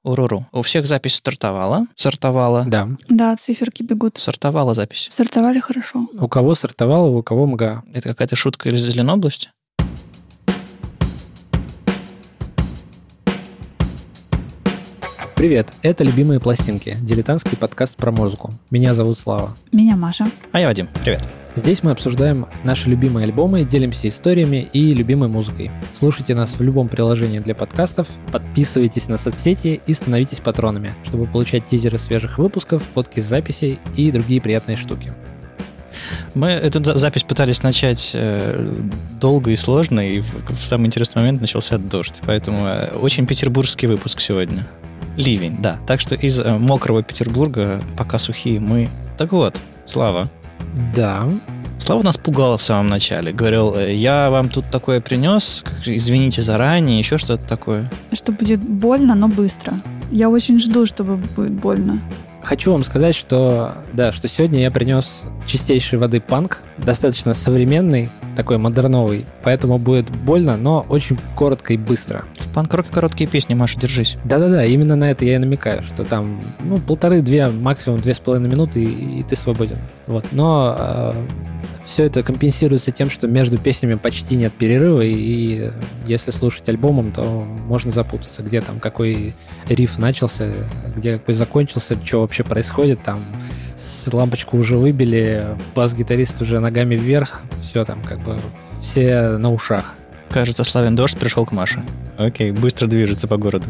Уруру. У всех запись стартовала? Сортовала? Да. Да, циферки бегут. Сортовала запись. Сортовали хорошо. У кого сортовало, у кого МГА. Это какая-то шутка из Ленобласти? Привет, это «Любимые пластинки», дилетантский подкаст про музыку. Меня зовут Слава. Меня Маша. А я Вадим. Привет. Здесь мы обсуждаем наши любимые альбомы, делимся историями и любимой музыкой. Слушайте нас в любом приложении для подкастов, подписывайтесь на соцсети и становитесь патронами, чтобы получать тизеры свежих выпусков, фотки с записей и другие приятные штуки. Мы эту запись пытались начать долго и сложно, и в самый интересный момент начался дождь. Поэтому очень петербургский выпуск сегодня. Ливень, да. Так что из мокрого Петербурга пока сухие мы. Так вот, Слава. Да. Слава нас пугала в самом начале. Говорил, я вам тут такое принес, извините заранее, еще что-то такое. Что будет больно, но быстро. Я очень жду, чтобы будет больно. Хочу вам сказать, что сегодня я принес чистейшей воды панк, достаточно современный, такой модерновый, поэтому будет больно, но очень коротко и быстро. В панк-роке короткие песни, Маша, держись. Да-да-да, именно на это я и намекаю, что там, 1,5-2, максимум 2,5 минуты, и ты свободен. Вот. Но все это компенсируется тем, что между песнями почти нет перерыва, и если слушать альбомом, то можно запутаться, где там какой риф начался, где какой закончился, что вообще происходит, там лампочку уже выбили, бас-гитарист уже ногами вверх, все там как бы все на ушах. Кажется, Славин дождь пришел к Маше. Окей, быстро движется по городу.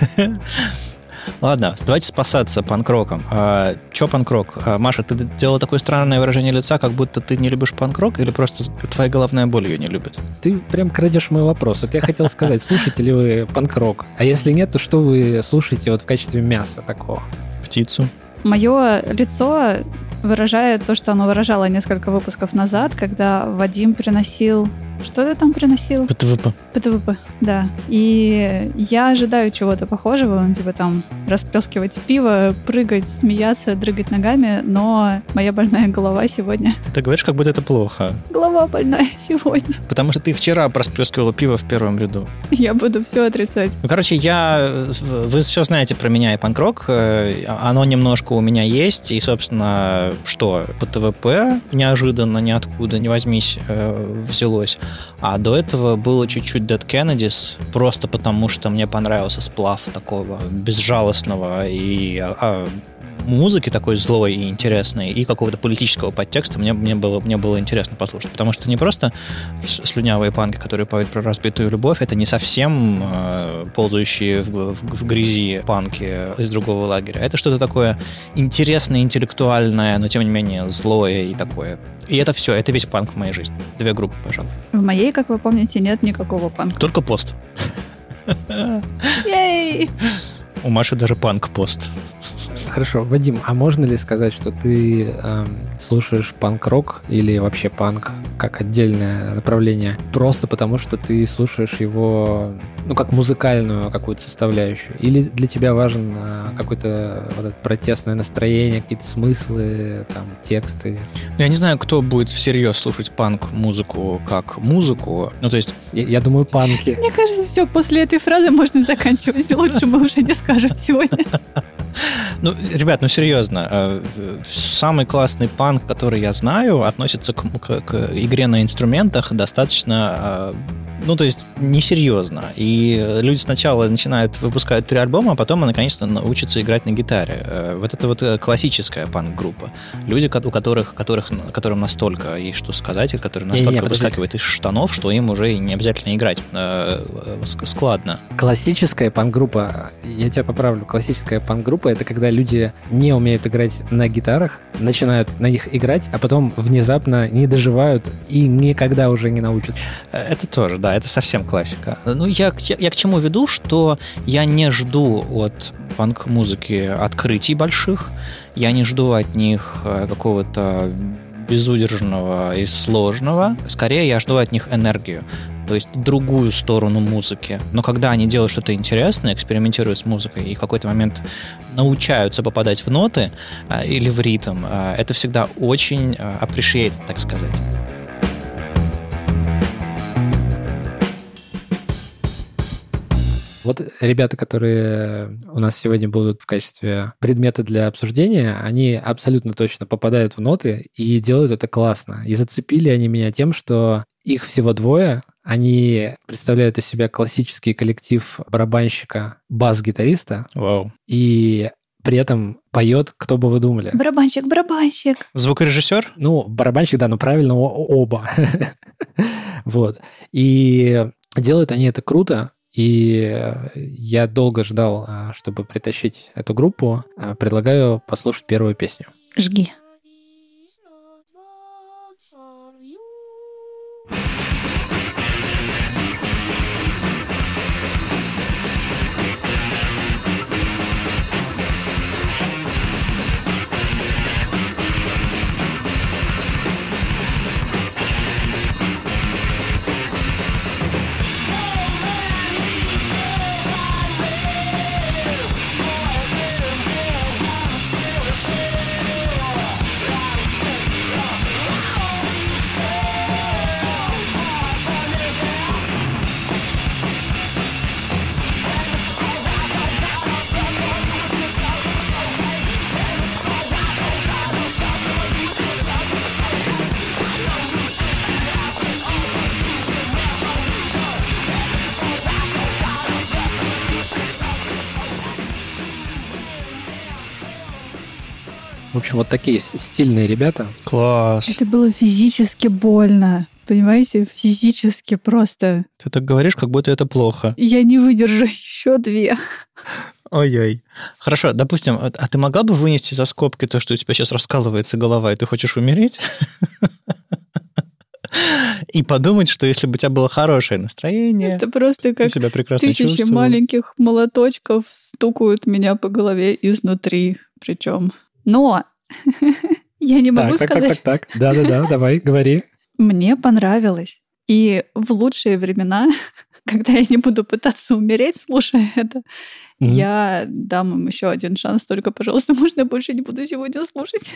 Ладно, давайте спасаться панк-роком. Че панк-рок? Маша, ты делала такое странное выражение лица, как будто ты не любишь панк-рок, или просто твоя головная боль ее не любит? Ты прям крадешь мой вопрос. Вот я хотел сказать, слушаете ли вы панк-рок? А если нет, то что вы слушаете вот в качестве мяса такого? Птицу. Мое лицо выражает то, что оно выражало несколько выпусков назад, когда Вадим приносил... Что ты там приносил? ПТВП, да. И я ожидаю чего-то похожего, типа там расплескивать пиво, прыгать, смеяться, дрыгать ногами, но моя больная голова сегодня... Ты говоришь, как будто это плохо. Голова больная сегодня. Потому что ты вчера расплескивала пиво в первом ряду. Я буду все отрицать. Короче, вы все знаете про меня и панк-рок. Оно немножко у меня есть. И, собственно, что? ПТВП неожиданно, ниоткуда, не возьмись, взялось. А до этого было чуть-чуть Dead Kennedys, просто потому что мне понравился сплав такого безжалостного и музыки такой злой и интересной, и какого-то политического подтекста мне было интересно послушать. Потому что не просто слюнявые панки, которые поют про разбитую любовь, это не совсем ползающие в грязи панки из другого лагеря. Это что-то такое интересное, интеллектуальное, но тем не менее злое и такое. И это все, это весь панк в моей жизни. 2 группы, пожалуй. В моей, как вы помните, нет никакого панка. Только пост. Ей! У Маши даже панк-пост. Хорошо, Вадим, а можно ли сказать, что ты слушаешь панк-рок или вообще панк как отдельное направление просто потому, что ты слушаешь его, как музыкальную какую-то составляющую? Или для тебя важен какое-то вот это протестное настроение, какие-то смыслы, там, тексты? Я не знаю, кто будет всерьез слушать панк-музыку как музыку. То есть... Я думаю, панки. Мне кажется, все, после этой фразы можно заканчивать. Лучше мы уже не скажем сегодня. Ребят, серьезно, самый классный панк, который я знаю, относится к игре на инструментах достаточно, то есть несерьезно. И люди сначала выпускают 3 альбома, а потом наконец-то учатся играть на гитаре. Вот это вот классическая панк-группа. Люди, которым настолько есть что сказать, и которые настолько выскакивают из штанов, что им уже и не обязательно играть складно. Классическая панк-группа, я тебя поправлю, классическая панк-группа — это когда люди не умеют играть на гитарах, начинают на них играть, а потом внезапно не доживают и никогда уже не научатся. Это тоже, да, это совсем классика. Я к чему веду, что я не жду от панк-музыки открытий больших, я не жду от них какого-то безудержного и сложного. Скорее, я жду от них энергию, то есть другую сторону музыки. Но когда они делают что-то интересное, экспериментируют с музыкой и в какой-то момент научаются попадать в ноты или в ритм, это всегда очень appreciated, так сказать. Вот ребята, которые у нас сегодня будут в качестве предмета для обсуждения, они абсолютно точно попадают в ноты и делают это классно. И зацепили они меня тем, что их всего двое. Они представляют из себя классический коллектив барабанщика, бас-гитариста. Вау. И при этом поет, кто бы вы думали. Барабанщик. Звукорежиссер? Ну, барабанщик, да, но правильно оба. Вот. И делают они это круто. И я долго ждал, чтобы притащить эту группу. Предлагаю послушать первую песню. Жги. В общем, вот такие стильные ребята. Класс. Это было физически больно. Понимаете? Физически просто. Ты так говоришь, как будто это плохо. Я не выдержу еще 2. Ой-ой. Хорошо, допустим, а ты могла бы вынести за скобки то, что у тебя сейчас раскалывается голова, и ты хочешь умереть? И подумать, что если бы у тебя было хорошее настроение, это просто как себя прекрасно 1000 чувствовал. маленьких молоточков стукают меня по голове изнутри причем. Но я не могу сказать... Так. Да-да-да, давай, говори. Мне понравилось. И в лучшие времена, когда я не буду пытаться умереть, слушая это, я дам им еще один шанс. Только, пожалуйста, можно я больше не буду сегодня слушать.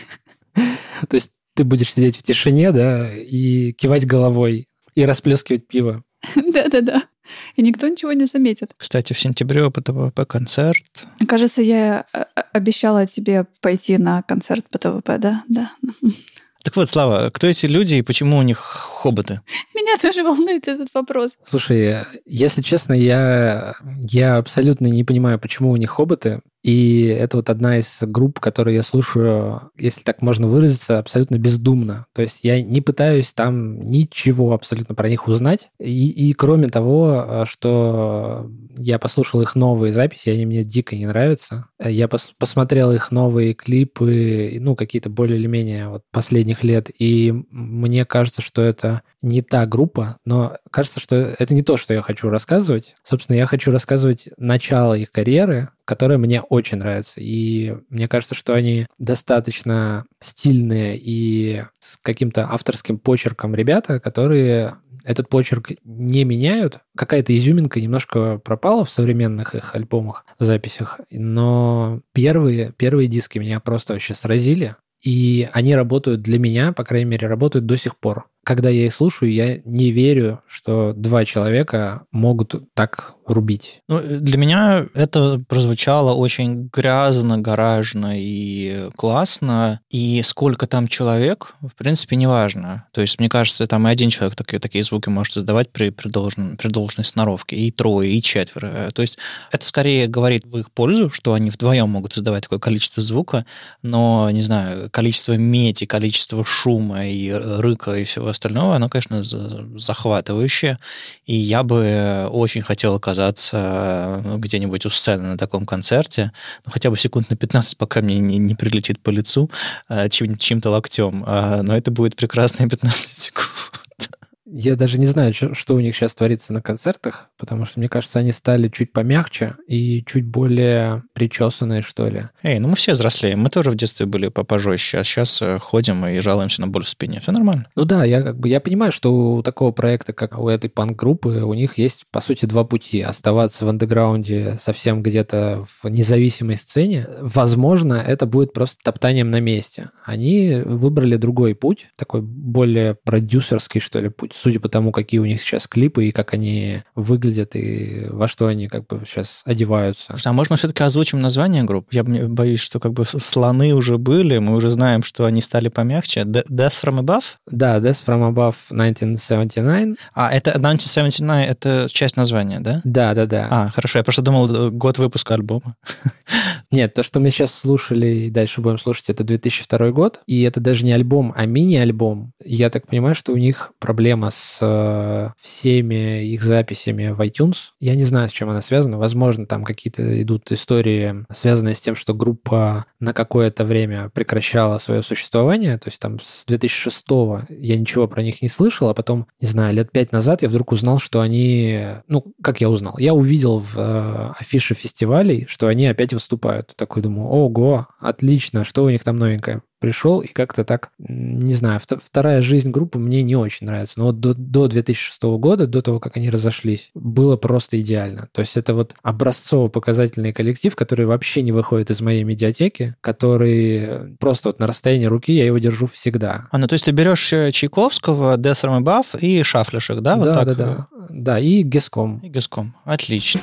То есть ты будешь сидеть в тишине, да, и кивать головой, и расплескивать пиво. Да-да-да. И никто ничего не заметит. Кстати, в сентябре у ПТВП концерт. Кажется, я обещала тебе пойти на концерт ПТВП, да? Да. Так вот, Слава, кто эти люди и почему у них хоботы? Меня тоже волнует этот вопрос. Слушай, если честно, я абсолютно не понимаю, почему у них хоботы. И это вот одна из групп, которые я слушаю, если так можно выразиться, абсолютно бездумно. То есть я не пытаюсь там ничего абсолютно про них узнать. И кроме того, что я послушал их новые записи, они мне дико не нравятся. Я посмотрел их новые клипы, ну, какие-то более или менее вот последних лет, и мне кажется, что это не та группа, но кажется, что это не то, что я хочу рассказывать. Собственно, я хочу рассказывать начало их карьеры, которая мне очень нравится. И мне кажется, что они достаточно стильные и с каким-то авторским почерком ребята, которые этот почерк не меняют. Какая-то изюминка немножко пропала в современных их альбомах, записях, но первые диски меня просто вообще сразили. И они работают для меня, по крайней мере, работают до сих пор. Когда я их слушаю, я не верю, что 2 человека могут так рубить. Ну, для меня это прозвучало очень грязно, гаражно и классно. И сколько там человек, в принципе, не важно. То есть, мне кажется, там и один человек такие звуки может издавать при должной сноровке, и 3, и 4. То есть, это скорее говорит в их пользу, что они вдвоем могут издавать такое количество звука, но, не знаю, количество меди, количество шума и рыка и всего остального, оно, конечно, захватывающее. И я бы очень хотел оказаться где-нибудь у сцены на таком концерте, ну, хотя бы секунд на 15, пока мне не прилетит по лицу чьим-то локтем. Но это будет прекрасные 15 секунд. Я даже не знаю, что у них сейчас творится на концертах, потому что, мне кажется, они стали чуть помягче и чуть более причесанные, что ли. Ну мы все взрослеем. Мы тоже в детстве были пожестче, а сейчас ходим и жалуемся на боль в спине. Все нормально. Ну да, я понимаю, что у такого проекта, как у этой панк-группы, у них есть, по сути, 2 пути. Оставаться в андеграунде совсем где-то в независимой сцене. Возможно, это будет просто топтанием на месте. Они выбрали другой путь, такой более продюсерский, что ли, путь судя по тому, какие у них сейчас клипы и как они выглядят, и во что они как бы сейчас одеваются. А можно все-таки озвучим название групп? Я боюсь, что как бы слоны уже были, мы уже знаем, что они стали помягче. Death from Above? Да, Death from Above 1979. А это 1979, это часть названия, да? Да. А, хорошо, я просто думал, год выпуска альбома. Нет, то, что мы сейчас слушали и дальше будем слушать, это 2002 год, и это даже не альбом, а мини-альбом. Я так понимаю, что у них проблема с всеми их записями в iTunes. Я не знаю, с чем она связана. Возможно, там какие-то идут истории, связанные с тем, что группа на какое-то время прекращала свое существование. То есть там с 2006-го я ничего про них не слышал, а потом, не знаю, лет 5 назад я вдруг узнал, что они... Ну, как я узнал? Я увидел в афише фестивалей, что они опять выступают. Такой думаю, ого, отлично, что у них там новенькое? Пришел и как-то так, не знаю, вторая жизнь группы мне не очень нравится. Но вот до 2006 года, до того, как они разошлись, было просто идеально. То есть это вот образцово-показательный коллектив, который вообще не выходит из моей медиатеки, который просто вот на расстоянии руки я его держу всегда. Ну то есть ты берешь Чайковского, Death from Above и шафлишек, да? Да, и Геском. Отлично.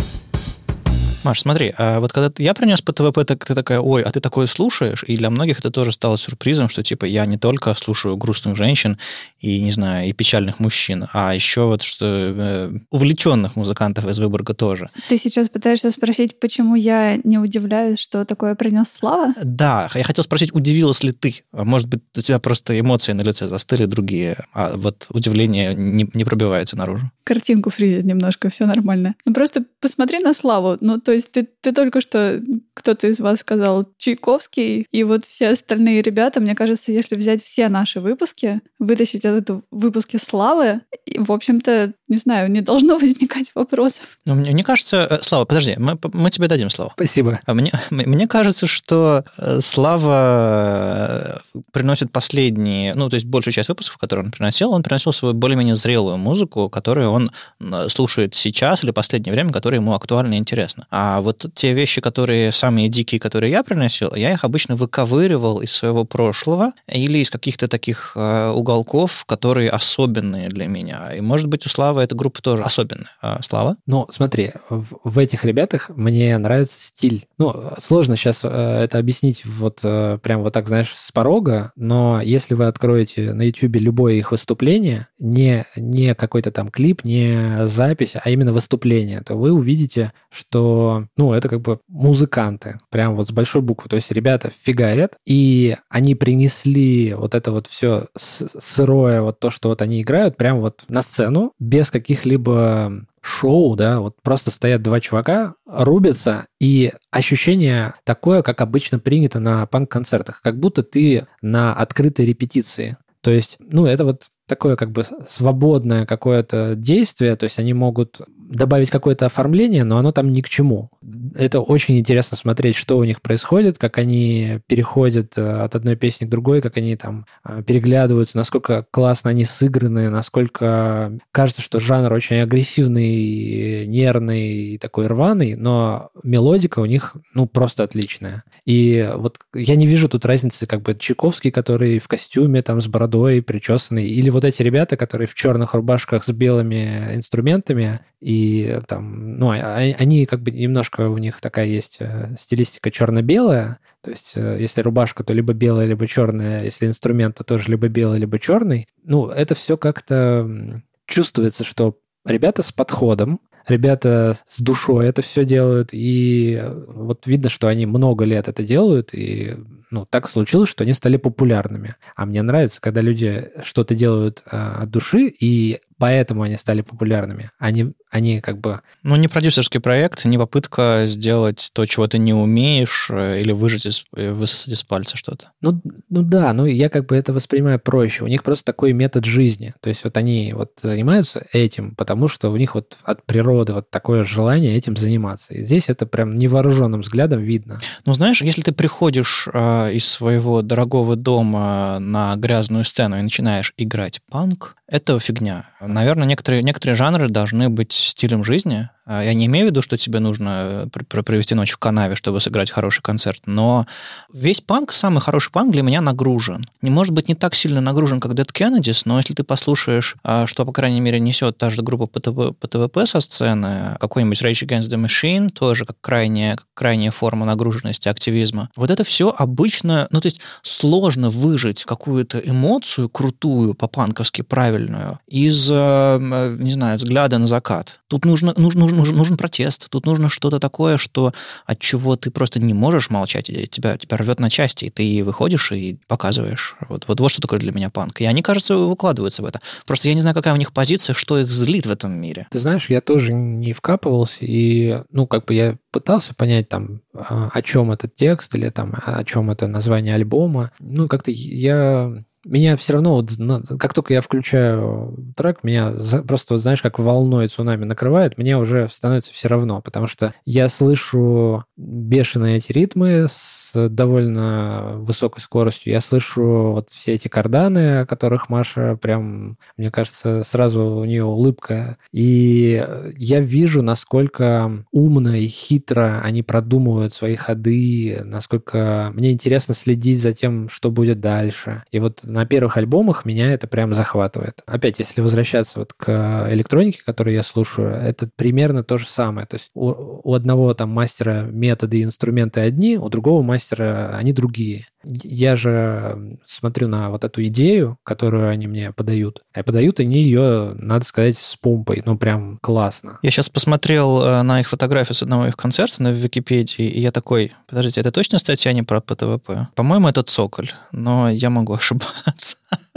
Маш, смотри, вот когда я принес ПТВП, ты такая, ой, а ты такое слушаешь? И для многих это тоже стало сюрпризом, что типа я не только слушаю грустных женщин и, не знаю, и печальных мужчин, а еще вот что увлеченных музыкантов из Выборга тоже. Ты сейчас пытаешься спросить, почему я не удивляюсь, что такое принес Слава? Да, я хотел спросить, удивилась ли ты? Может быть, у тебя просто эмоции на лице застыли другие, а вот удивление не пробивается наружу. Картинку фризит немножко, все нормально. Ну просто посмотри на Славу. Ну, то есть ты только что, кто-то из вас сказал Чайковский, и вот все остальные ребята, мне кажется, если взять все наши выпуски, вытащить этот выпуски Славы, в общем-то, не знаю, не должно возникать вопросов. Ну, мне кажется... Слава, подожди, мы тебе дадим слово. Спасибо. Мне кажется, что Слава приносит последние... Ну, то есть большую часть выпусков, которые он приносил свою более-менее зрелую музыку, которую он слушает сейчас или последнее время, которая ему актуальна и интересна. А вот те вещи, которые самые дикие, которые я приносил, я их обычно выковыривал из своего прошлого или из каких-то таких уголков, которые особенные для меня. И, может быть, у Славы эта группа тоже особенная. Слава? Ну, смотри, в этих ребятах мне нравится стиль. Ну, сложно сейчас это объяснить вот прям вот так, знаешь, с порога, но если вы откроете на YouTube любое их выступление, не какой-то там клип, не запись, а именно выступление, то вы увидите, что, ну, это как бы музыканты, прям вот с большой буквы. То есть ребята фигарят, и они принесли вот это вот все сырое, вот то, что вот они играют, прям вот на сцену, без каких-либо шоу, да, вот просто стоят два чувака, рубятся, и ощущение такое, как обычно принято на панк-концертах, как будто ты на открытой репетиции. То есть, ну, это вот такое как бы свободное какое-то действие, то есть они могут добавить какое-то оформление, но оно там ни к чему. Это очень интересно смотреть, что у них происходит, как они переходят от одной песни к другой, как они там переглядываются, насколько классно они сыграны, насколько кажется, что жанр очень агрессивный, нервный и такой рваный, но мелодика у них, ну, просто отличная. И вот я не вижу тут разницы, как бы Чайковский, который в костюме, там, с бородой, причесанный, или вот эти ребята, которые в черных рубашках с белыми инструментами, и там, ну, они как бы немножко, у них такая есть стилистика черно-белая, то есть если рубашка, то либо белая, либо черная, если инструмент, то тоже либо белый, либо черный. Ну, это все как-то чувствуется, что ребята с подходом, ребята с душой это все делают, и вот видно, что они много лет это делают, и ну, так случилось, что они стали популярными. А мне нравится, когда люди что-то делают от души, и поэтому они стали популярными. Они как бы... Ну, не продюсерский проект, не попытка сделать то, чего ты не умеешь, или высосать из пальца что-то. Ну да, я как бы это воспринимаю проще. У них просто такой метод жизни. То есть вот они вот занимаются этим, потому что у них вот от природы вот такое желание этим заниматься. И здесь это прям невооруженным взглядом видно. Ну, знаешь, если ты приходишь из своего дорогого дома на грязную сцену и начинаешь играть панк, это фигня. Наверное, некоторые жанры должны быть стилем жизни, Я не имею в виду, что тебе нужно провести ночь в канаве, чтобы сыграть хороший концерт, но весь панк, самый хороший панк для меня нагружен. Не может быть не так сильно нагружен, как Dead Kennedys, но если ты послушаешь, что, по крайней мере, несет та же группа ПТВП со сцены, какой-нибудь Rage Against the Machine, тоже как крайняя форма нагруженности, активизма, вот это все обычно, то есть сложно выжать какую-то эмоцию крутую, по-панковски правильную, из, не знаю, взгляда на закат. Тут нужен протест, тут нужно что-то такое, от чего ты просто не можешь молчать, и тебя рвет на части, и ты выходишь и показываешь. Вот что такое для меня панк. И они, кажется, выкладываются в это. Просто я не знаю, какая у них позиция, что их злит в этом мире. Ты знаешь, я тоже не вкапывался, и, я пытался понять, о чем этот текст, или о чем это название альбома. Меня все равно, как только я включаю трек, меня просто, знаешь, как волной цунами накрывает, мне уже становится все равно, потому что я слышу бешеные эти ритмы с довольно высокой скоростью, я слышу все эти карданы, о которых Маша прям, мне кажется, сразу у нее улыбка, и я вижу, насколько умно и хитро они продумывают свои ходы, насколько мне интересно следить за тем, что будет дальше. И на первых альбомах меня это прям захватывает. Опять, если возвращаться к электронике, которую я слушаю, это примерно то же самое. То есть у одного мастера методы и инструменты одни, у другого мастера они другие. Я же смотрю на эту идею, которую они мне подают. А подают они ее, надо сказать, с помпой. Прям классно. Я сейчас посмотрел на их фотографию с одного их концерта на Википедии, и я такой, подождите, это точно статья не про ПТВП? По-моему, это Цоколь, но я могу ошибаться.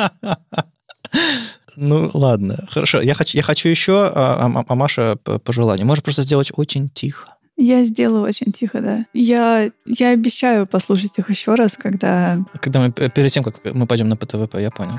Ладно, хорошо. Я хочу еще, а Маша по желанию. Можешь просто сделать очень тихо. Я сделаю очень тихо, да. Я обещаю послушать их еще раз, когда мы перед тем, как мы пойдем на ПТВП, я понял.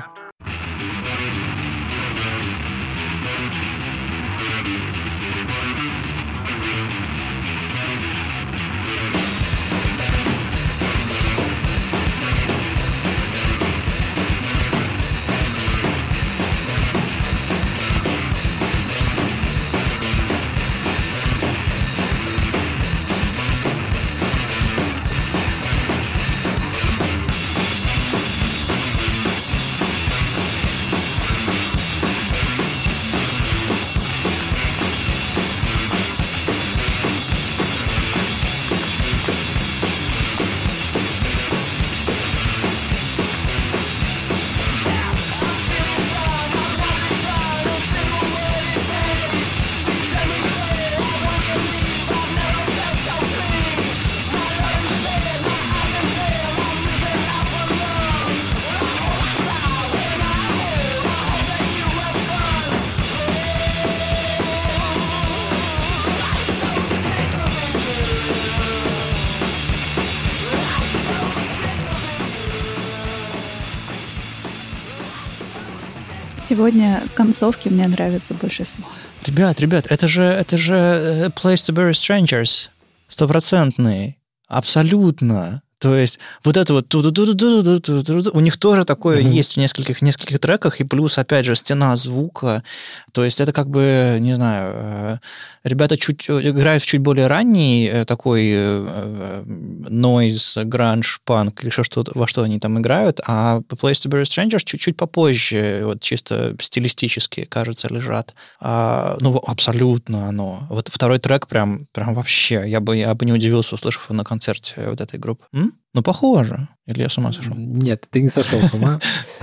Сегодня концовки мне нравятся больше всего. Ребят, это же Place to Bury Strangers. 100%. Абсолютно. То есть это у них тоже такое есть в нескольких треках, и плюс, опять же, стена звука. То есть это не знаю, ребята играют в чуть более ранний такой noise, grunge, панк, или во что они там играют, а Place to Bury Strangers чуть-чуть попозже, чисто стилистически, кажется, лежат. Абсолютно оно. Второй трек прям вообще, я бы не удивился, услышав на концерте этой группы. Похоже. Или я с ума сошел? Нет, ты не сошел с ума.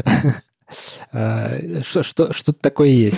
Что-то такое есть.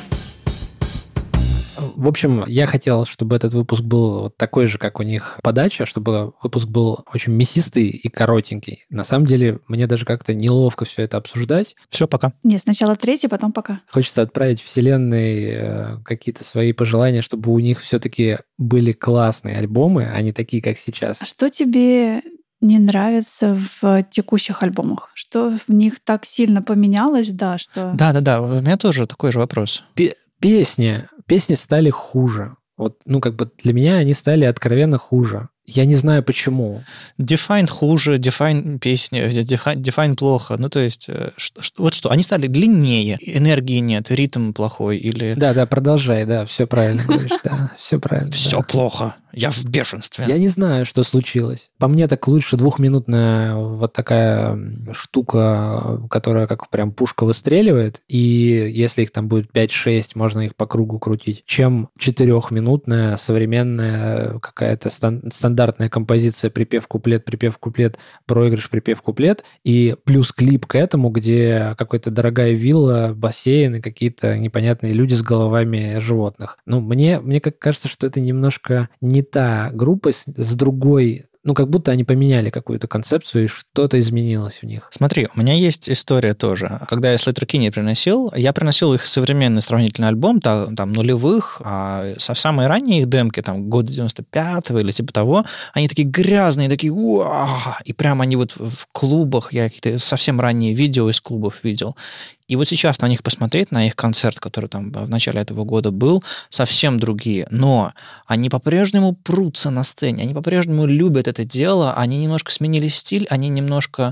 В общем, я хотел, чтобы этот выпуск был такой же, как у них подача, чтобы выпуск был очень мясистый и коротенький. На самом деле, мне даже как-то неловко все это обсуждать. Все, пока. Нет, сначала 3, потом пока. Хочется отправить вселенной какие-то свои пожелания, чтобы у них все-таки были классные альбомы, а не такие, как сейчас. А что тебе не нравится в текущих альбомах? Что в них так сильно поменялось, да, что... Да, у меня тоже такой же вопрос. Песни стали хуже. Для меня они стали откровенно хуже. Я не знаю, почему. Define хуже, Define песня, Define плохо. Ну, то есть, вот что, они стали длиннее, энергии нет, ритм плохой или... Да, продолжай, да, все правильно говоришь, да, все правильно. Все плохо, я в бешенстве. Я не знаю, что случилось. По мне так лучше двухминутная вот такая штука, которая как прям пушка выстреливает, и если их там будет 5-6, можно их по кругу крутить, чем 4-минутная современная какая-то стандартная композиция припев-куплет, проигрыш, припев-куплет, и плюс клип к этому, где какая-то дорогая вилла, бассейн и какие-то непонятные люди с головами животных. Ну, мне как кажется, что это немножко не та группа с другой... Ну, как будто они поменяли какую-то концепцию, и что-то изменилось у них. Смотри, у меня есть история тоже. Когда я Slater Kinney приносил, я приносил их современный сравнительный альбом, там нулевых, а самые ранние их демки, там, года 95-го или типа того, они такие грязные, такие, уа! И прям они вот в клубах, я какие-то совсем ранние видео из клубов видел. И вот сейчас на них посмотреть, на их концерт, который там в начале этого года был, совсем другие. Но они по-прежнему прутся на сцене, они по-прежнему любят это дело, они немножко сменили стиль, они немножко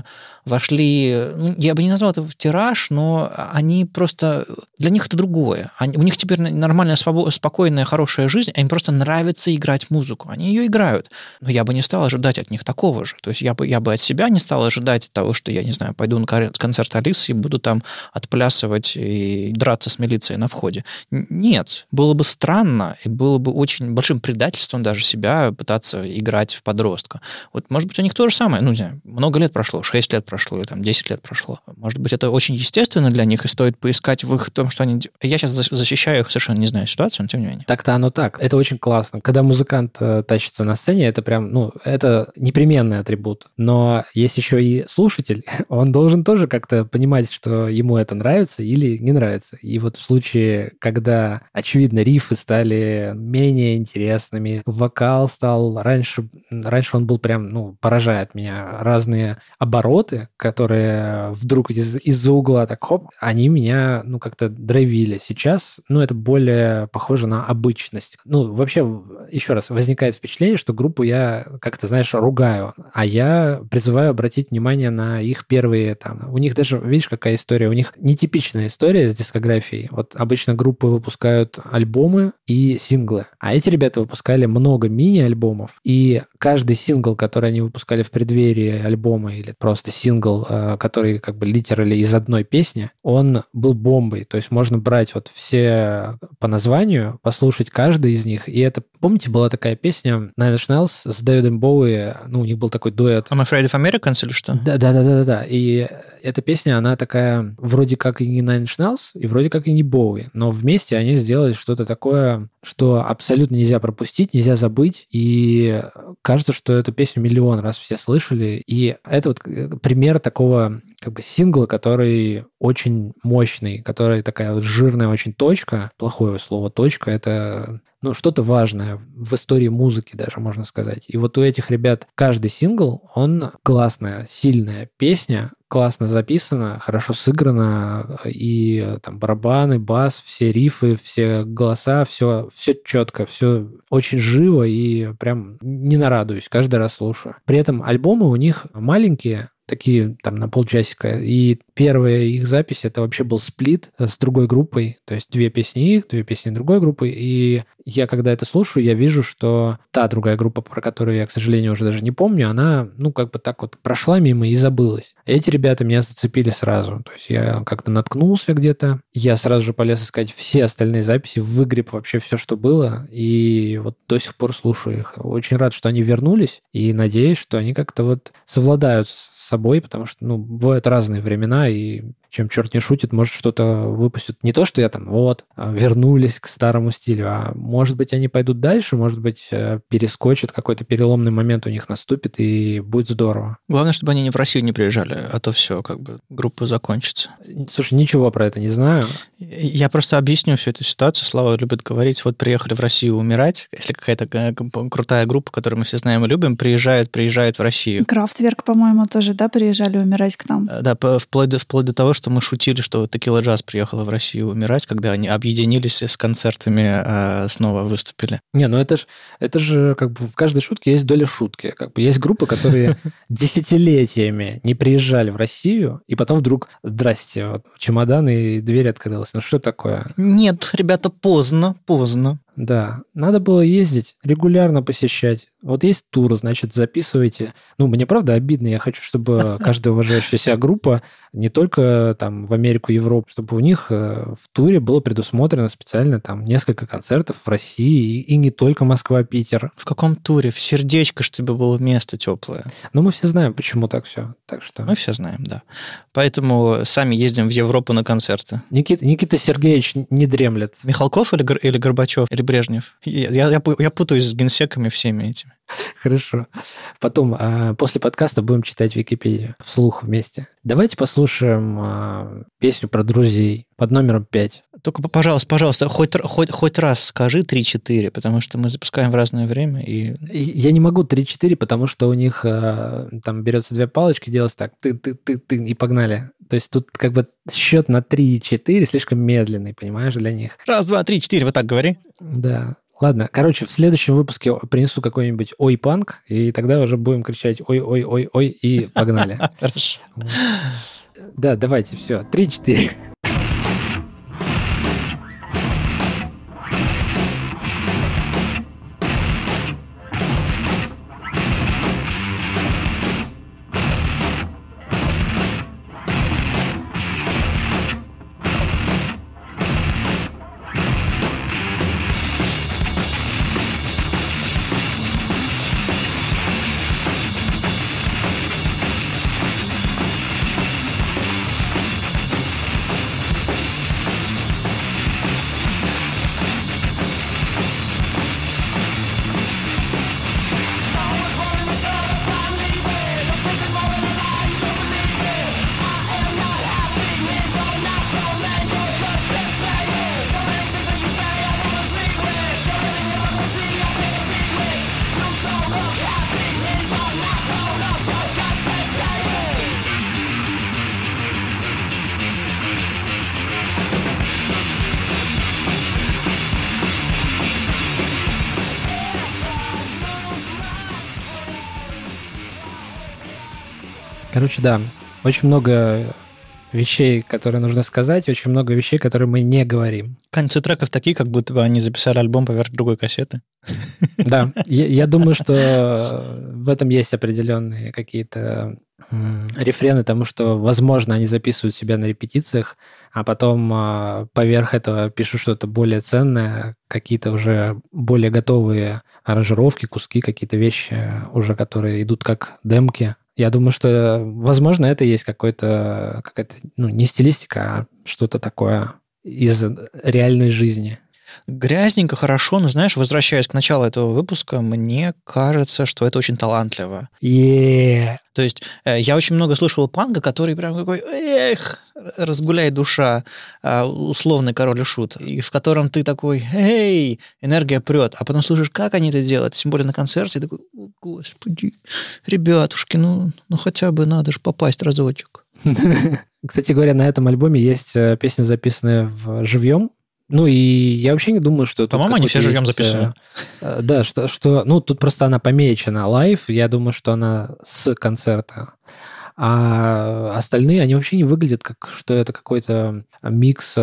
вошли, ну, я бы не назвал это в тираж, но они просто... Для них это другое. У них теперь нормальная, спокойная, хорошая жизнь, им просто нравится играть музыку. Они ее играют. Но я бы не стал ожидать от них такого же. То есть я бы от себя не стал ожидать того, что, я не знаю, пойду на концерт Алисы и буду там отплясывать и драться с милицией на входе. Нет. Было бы странно, и было бы очень большим предательством даже себя пытаться играть в подростка. Вот, может быть, у них то же самое. Ну, не знаю, много лет прошло, 6 лет прошло, или там 10 лет прошло. Может быть, это очень естественно для них, и стоит поискать в их том, что они... Я сейчас защищаю их, совершенно не знаю ситуацию, но тем не менее. Так-то оно так. Это очень классно. Когда музыкант тащится на сцене, это прям, ну, это непременный атрибут. Но есть еще и слушатель. Он должен тоже как-то понимать, что ему это нравится или не нравится. И вот в случае, когда, очевидно, рифы стали менее интересными, вокал стал... Раньше он был прям, ну, поражает меня. Разные обороты, которые вдруг из-за угла так хоп, они меня, ну, как-то драйвили. Сейчас, ну, это более похоже на обычность. Ну, вообще, еще раз, возникает впечатление, что группу я как-то, знаешь, ругаю, а я призываю обратить внимание на их первые там... У них даже, видишь, какая история? У них нетипичная история с дискографией. Вот обычно группы выпускают альбомы и синглы, а эти ребята выпускали много мини-альбомов, и каждый сингл, который они выпускали в преддверии альбома, или просто сингл, который как бы литерали из одной песни, он был бомбой. То есть можно брать вот все по названию, послушать каждый из них, и это... Помните, была такая песня Nine Inch Nails с Дэвидом Боуи, ну, у них был такой дуэт. I'm Afraid of Americans или что? Да. И эта песня, она такая вроде как и не Nine Inch Nails, и вроде как и не Боуи, но вместе они сделали что-то такое, что абсолютно нельзя пропустить, нельзя забыть, и кажется, что эту песню миллион раз все слышали, и это вот пример такого как бы сингла, который очень мощный, который такая вот жирная очень точка, плохое слово точка, это... Ну, что-то важное в истории музыки даже, можно сказать. И вот у этих ребят каждый сингл, он классная, сильная песня, классно записана, хорошо сыграна, и там барабаны, бас, все рифы, все голоса, все четко, все очень живо, и прям не нарадуюсь, каждый раз слушаю. При этом альбомы у них маленькие, такие там на полчасика. И первая их запись, это вообще был сплит с другой группой, то есть 2 песни их, 2 песни другой группы. И я, когда это слушаю, я вижу, что та другая группа, про которую я, к сожалению, уже даже не помню, она, ну, как бы так вот прошла мимо и забылась. Эти ребята меня зацепили сразу. То есть я как-то наткнулся где-то, я сразу же полез искать все остальные записи, выгреб вообще все, что было, и вот до сих пор слушаю их. Очень рад, что они вернулись, и надеюсь, что они как-то вот совладают с собой, потому что, ну, бывают разные времена, и чем черт не шутит, может, что-то выпустят. Не то, что я там, вот, вернулись к старому стилю, а может быть, они пойдут дальше, может быть, перескочат, какой-то переломный момент у них наступит, и будет здорово. Главное, чтобы они не в Россию не приезжали, а то все, как бы, группа закончится. Слушай, ничего про это не знаю. Я просто объясню всю эту ситуацию. Слава любит говорить, вот приехали в Россию умирать, если какая-то крутая группа, которую мы все знаем и любим, приезжает в Россию. Крафтверк, по-моему, тоже, да, приезжали умирать к нам? Да, вплоть до того, что что мы шутили, что Текила Джаз приехала в Россию умирать, когда они объединились с концертами, снова выступили. Не, ну это же как бы в каждой шутке есть доля шутки. Как бы есть группы, которые десятилетиями не приезжали в Россию, и потом вдруг, здрасте, вот, чемодан и дверь открылась. Ну что такое? Нет, ребята, поздно. Да, надо было ездить, регулярно посещать. Вот есть тур, значит, записывайте. Ну, мне правда обидно, я хочу, чтобы каждая уважающая себя группа, не только там в Америку, Европу, чтобы у них в туре было предусмотрено специально там несколько концертов в России, и не только Москва, Питер. В каком туре? В сердечко, чтобы было место теплое. Ну, мы все знаем, почему так все. Так что... Мы все знаем, да. Поэтому сами ездим в Европу на концерты. Никита Сергеевич не дремлет. Михалков или Горбачев, или Брежнев? Я путаюсь с генсеками всеми этими. Хорошо. Потом, после подкаста будем читать Википедию вслух вместе. Давайте послушаем песню про друзей под номером 5. Только, пожалуйста, хоть раз скажи 3-4, потому что мы запускаем в разное время. Я не могу 3-4, потому что у них там берется 2 палочки, делается так, ты, и погнали. То есть тут как бы счет на 3-4 слишком медленный, понимаешь, для них. 1, 2, 3, 4, вот так говори. Да. Ладно, короче, в следующем выпуске принесу какой-нибудь ой-панк, и тогда уже будем кричать ой-ой-ой-ой, и погнали. Хорошо. Да, давайте, все, 3-4. Короче, да, очень много вещей, которые нужно сказать, очень много вещей, которые мы не говорим. Концы треков такие, как будто бы они записали альбом поверх другой кассеты. Да, я думаю, что в этом есть определенные какие-то рефрены тому, что, возможно, они записывают себя на репетициях, а потом поверх этого пишут что-то более ценное, какие-то уже более готовые аранжировки, куски, какие-то вещи уже, которые идут как демки. Я думаю, что, возможно, это есть какая-то, ну, не стилистика, а что-то такое из реальной жизни. Грязненько, хорошо, но, знаешь, возвращаясь к началу этого выпуска, мне кажется, что это очень талантливо. То есть я очень много слышал панка, который прям какой, разгуляй душа, условный король и шут, и в котором ты такой, эй, энергия прет, а потом слышишь, как они это делают, тем более на концерте, и такой, о, господи, ребятушки, ну хотя бы надо же попасть разочек. Кстати говоря, на этом альбоме есть песня, записанная в живьем. Ну, и я вообще не думаю, что... По-моему, они все живьем записаны. Да, что... Ну, тут просто она помечена лайв. Я думаю, что она с концерта. А остальные, они вообще не выглядят как, что это какой-то микс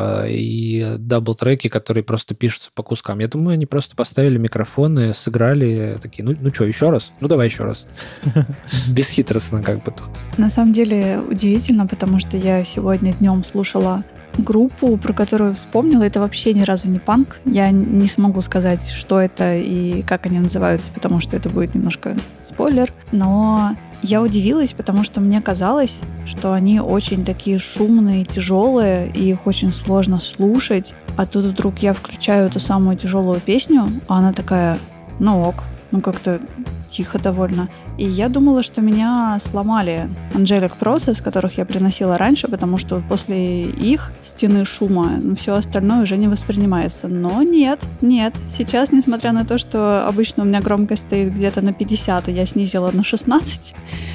и дабл-треки, которые просто пишутся по кускам. Я думаю, они просто поставили микрофоны, сыграли, такие, ну что, еще раз? Ну, давай еще раз. Бесхитростно как бы тут. На самом деле удивительно, потому что я сегодня днем слушала группу, про которую вспомнила. Это вообще ни разу не панк. Я не смогу сказать, что это и как они называются, потому что это будет немножко спойлер. Но я удивилась, потому что мне казалось, что они очень такие шумные, тяжелые, и их очень сложно слушать. А тут вдруг я включаю эту самую тяжелую песню, а она такая, ну ок, ну как-то тихо довольно. И я думала, что меня сломали Angelic Process, которых я приносила раньше, потому что после их стены шума все остальное уже не воспринимается. Но нет. Сейчас, несмотря на то, что обычно у меня громкость стоит где-то на 50, и я снизила на 16,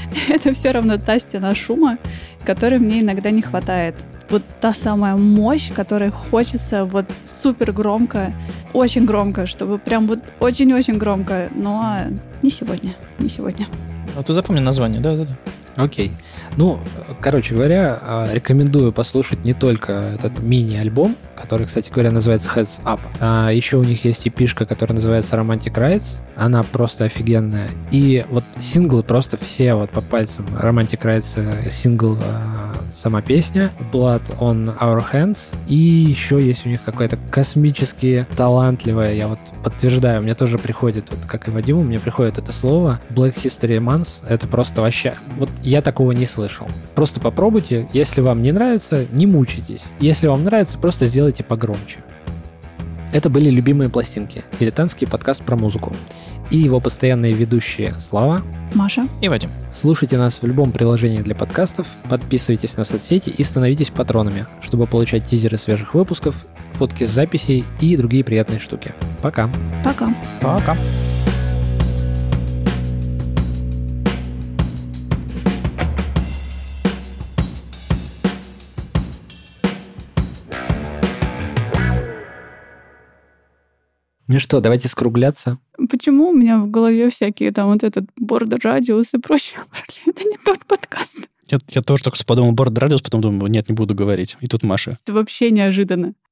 это все равно та стена шума, которой мне иногда не хватает. Вот та самая мощь, которой хочется вот супер громко, очень громко, чтобы прям вот очень-очень громко, но не сегодня. Ну, ты запомни название, да? Окей. Ну, короче говоря, рекомендую послушать не только этот мини-альбом, который, кстати говоря, называется Heads Up, а еще у них есть EP-шка, которая называется Romantic Rights. Она просто офигенная. И вот синглы просто все вот по пальцам. Romantic Rights сингл, сама песня, Blood on Our Hands. И еще есть у них какая-то космически талантливая, я вот подтверждаю, мне тоже приходит, вот как и Вадиму, мне приходит это слово, Black History Month. Это просто вообще... Вот я такого не слышал. Просто попробуйте. Если вам не нравится, не мучайтесь. Если вам нравится, просто сделайте погромче. Это были «Любимые пластинки», дилетантский подкаст про музыку. И его постоянные ведущие Слава, Маша и Вадим. Слушайте нас в любом приложении для подкастов, подписывайтесь на соцсети и становитесь патронами, чтобы получать тизеры свежих выпусков, фотки с записей и другие приятные штуки. Пока. Пока. Пока. Ну что, давайте скругляться. Почему у меня в голове всякие там вот этот бордер радиус и прочее? Это не тот подкаст. Я тоже только что подумал бордер радиус, потом думаю, нет, не буду говорить. И тут Маша. Это вообще неожиданно.